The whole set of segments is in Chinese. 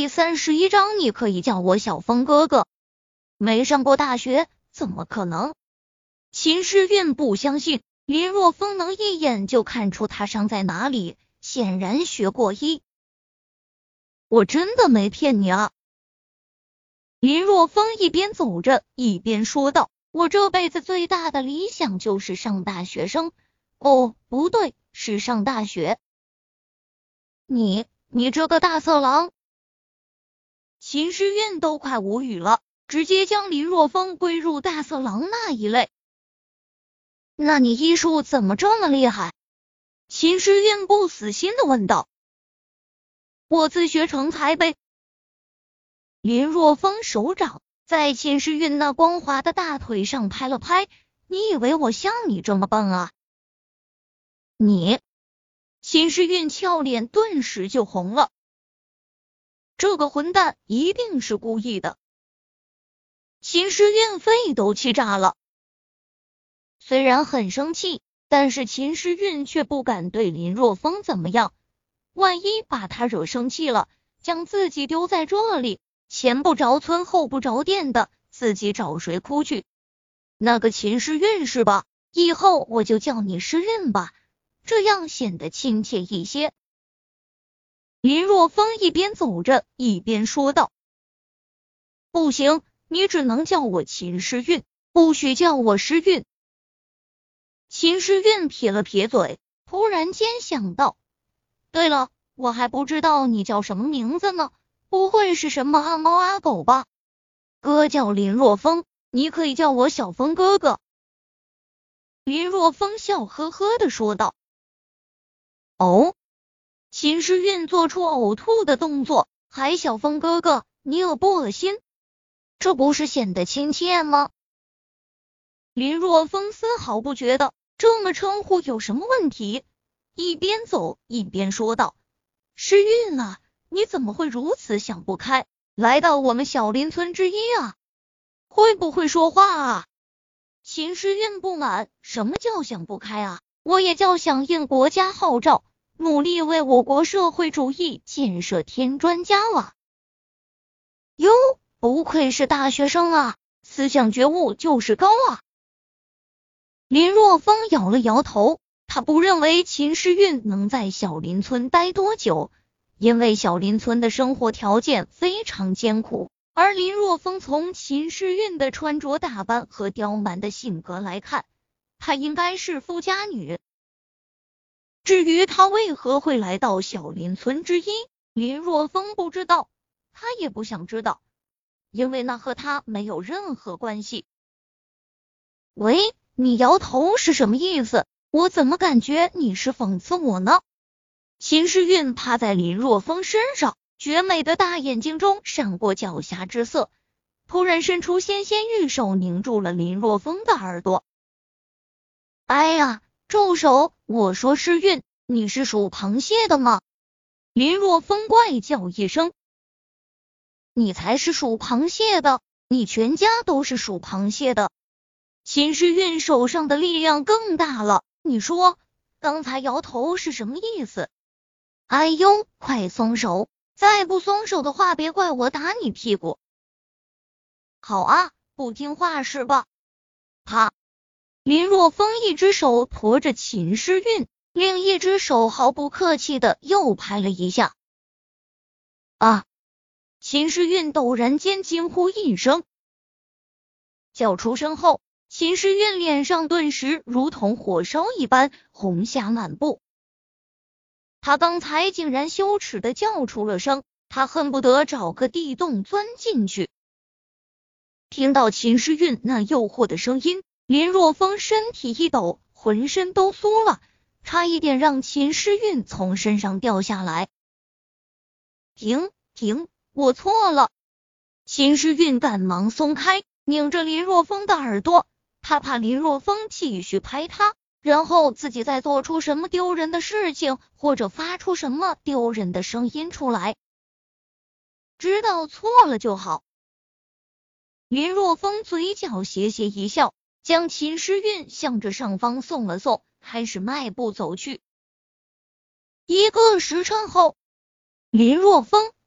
第31章，你可以叫我小峰哥哥。没上过大学，怎么可能？秦诗韵不相信林若风能一眼就看出他伤在哪里，显然学过医。我真的没骗你啊。林若风一边走着一边说道，我这辈子最大的理想就是上大学生。哦，不对，是上大学。你这个大色狼！秦诗韵都快无语了，直接将林若风归入大色狼那一类。那你医术怎么这么厉害？秦诗韵不死心的问道。我自学成才呗。林若风手掌在秦诗韵那光滑的大腿上拍了拍，你以为我像你这么笨啊？你！秦诗韵俏脸顿时就红了。这个混蛋一定是故意的。秦诗韵肺都气炸了。虽然很生气，但是秦诗韵却不敢对林若风怎么样，万一把他惹生气了，将自己丢在这里，前不着村后不着店的，自己找谁哭去？那个秦诗韵是吧？以后我就叫你诗韵吧，这样显得亲切一些。林若风一边走着一边说道。不行，你只能叫我秦诗韵，不许叫我诗韵。秦诗韵撇了撇嘴，突然间想到，对了，我还不知道你叫什么名字呢，不会是什么阿猫阿狗吧？哥叫林若风，你可以叫我小风哥哥。林若风笑呵呵的说道。哦。秦诗韵做出呕吐的动作，还小风哥哥，你恶不恶心？这不是显得亲切吗？林若风丝毫不觉得这么称呼有什么问题，一边走一边说道，诗韵啊，你怎么会如此想不开，来到我们小林村之一啊？会不会说话啊？秦诗韵不满，什么叫想不开啊？我也叫响应国家号召，努力为我国社会主义建设添砖加瓦。哟，不愧是大学生啊，思想觉悟就是高啊。林若风摇了摇头，他不认为秦诗韵能在小林村待多久，因为小林村的生活条件非常艰苦，而林若风从秦诗韵的穿着打扮和刁蛮的性格来看，她应该是富家女。至于他为何会来到小林村之一，林若风不知道，他也不想知道，因为那和他没有任何关系。喂，你摇头是什么意思？我怎么感觉你是讽刺我呢？秦诗韵趴在林若风身上，绝美的大眼睛中闪过狡黠之色，突然伸出纤纤玉手拧住了林若风的耳朵。哎呀！住手！我说诗韵，你是属螃蟹的吗？林若风怪叫一声。你才是属螃蟹的，你全家都是属螃蟹的。秦诗韵手上的力量更大了，你说刚才摇头是什么意思？哎呦，快松手！再不松手的话，别怪我打你屁股。好啊，不听话是吧？啪！林若风一只手托着秦诗韵，另一只手毫不客气的又拍了一下。啊！秦诗韵陡然间惊呼一声，叫出声后，秦诗韵脸上顿时如同火烧一般，红霞满布。他刚才竟然羞耻的叫出了声，他恨不得找个地洞钻进去。听到秦诗韵那诱惑的声音，林若风身体一抖，浑身都酥了，差一点让秦诗韵从身上掉下来。停，我错了。秦诗韵赶忙松开，拧着林若风的耳朵，他怕林若风继续拍他，然后自己再做出什么丢人的事情，或者发出什么丢人的声音出来。知道错了就好。林若风嘴角斜斜一笑，将秦诗韵向着上方送了送，开始迈步走去。1个时辰后，林若风，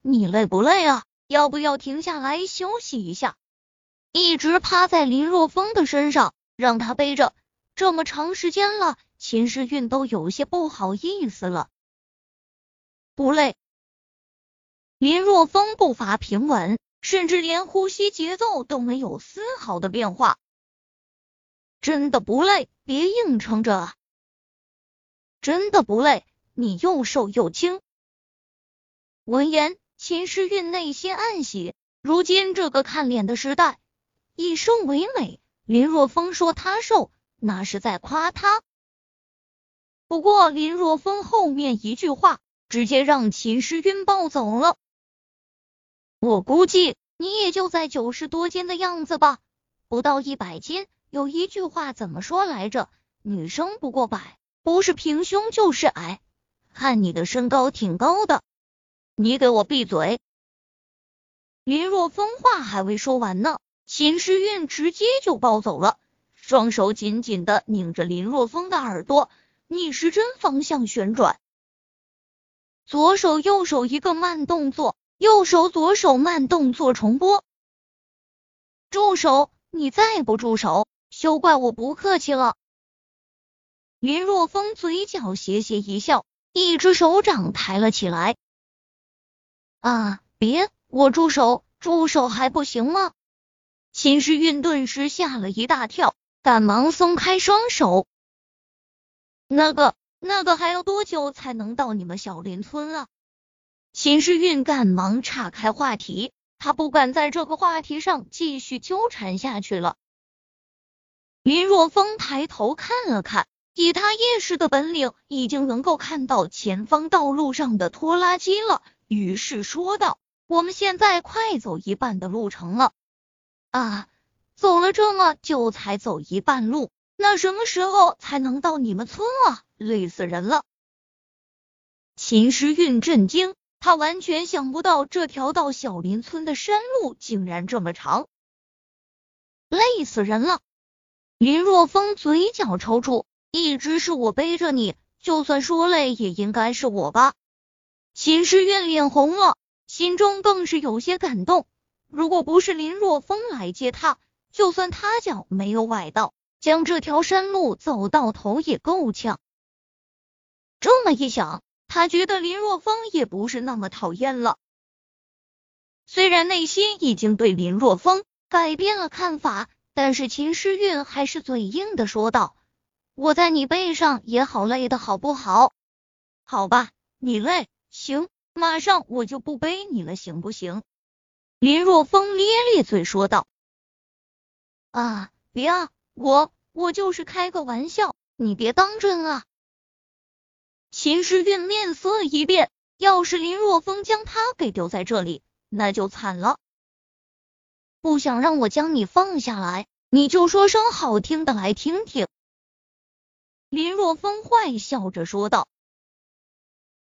你累不累啊？要不要停下来休息一下？一直趴在林若风的身上，让他背着这么长时间了，秦时运都有些不好意思了。不累。林若风步伐平稳，甚至连呼吸节奏都没有丝毫的变化。真的不累，别硬撑着啊。真的不累，你又瘦又轻。闻言，秦时运内心暗喜，如今这个看脸的时代，以瘦为美，林若风说他瘦，那是在夸他。不过林若风后面一句话，直接让秦时运暴走了。我估计你也就在90多斤的样子吧，不到100斤。有一句话怎么说来着？女生不过百，不是平胸就是矮。看你的身高挺高的。你给我闭嘴！林若风话还未说完呢，秦时运直接就暴走了，双手紧紧的拧着林若风的耳朵，逆时针方向旋转，左手右手一个慢动作，右手左手慢动作重播。住手！你再不住手，休怪我不客气了。林若风嘴角斜斜一笑，一只手掌抬了起来。啊，别，我住手还不行吗？秦时运顿时吓了一大跳，赶忙松开双手。那个还要多久才能到你们小林村啊？秦时运赶忙岔开话题，他不敢在这个话题上继续纠缠下去了。林若风抬头看了看，以他夜视的本领，已经能够看到前方道路上的拖拉机了，于是说道：我们现在快走一半的路程了。啊，走了这么久才走一半路，那什么时候才能到你们村啊？累死人了。秦时运震惊，他完全想不到这条到小林村的山路竟然这么长。累死人了。林若风嘴角抽搐，一直是我背着你，就算说累也应该是我吧。秦时运脸红了，心中更是有些感动。如果不是林若风来接他，就算他脚没有崴到，将这条山路走到头也够呛。这么一想，他觉得林若风也不是那么讨厌了。虽然内心已经对林若风改变了看法，但是秦时运还是嘴硬的说道：我在你背上也好累的好不好？好吧，你累，行，马上我就不背你了，行不行？林若风咧咧嘴说道。啊，别啊，我就是开个玩笑，你别当真啊。秦时运面色一变，要是林若风将他给丢在这里，那就惨了。不想让我将你放下来，你就说声好听的来听听。林若风坏笑着说道。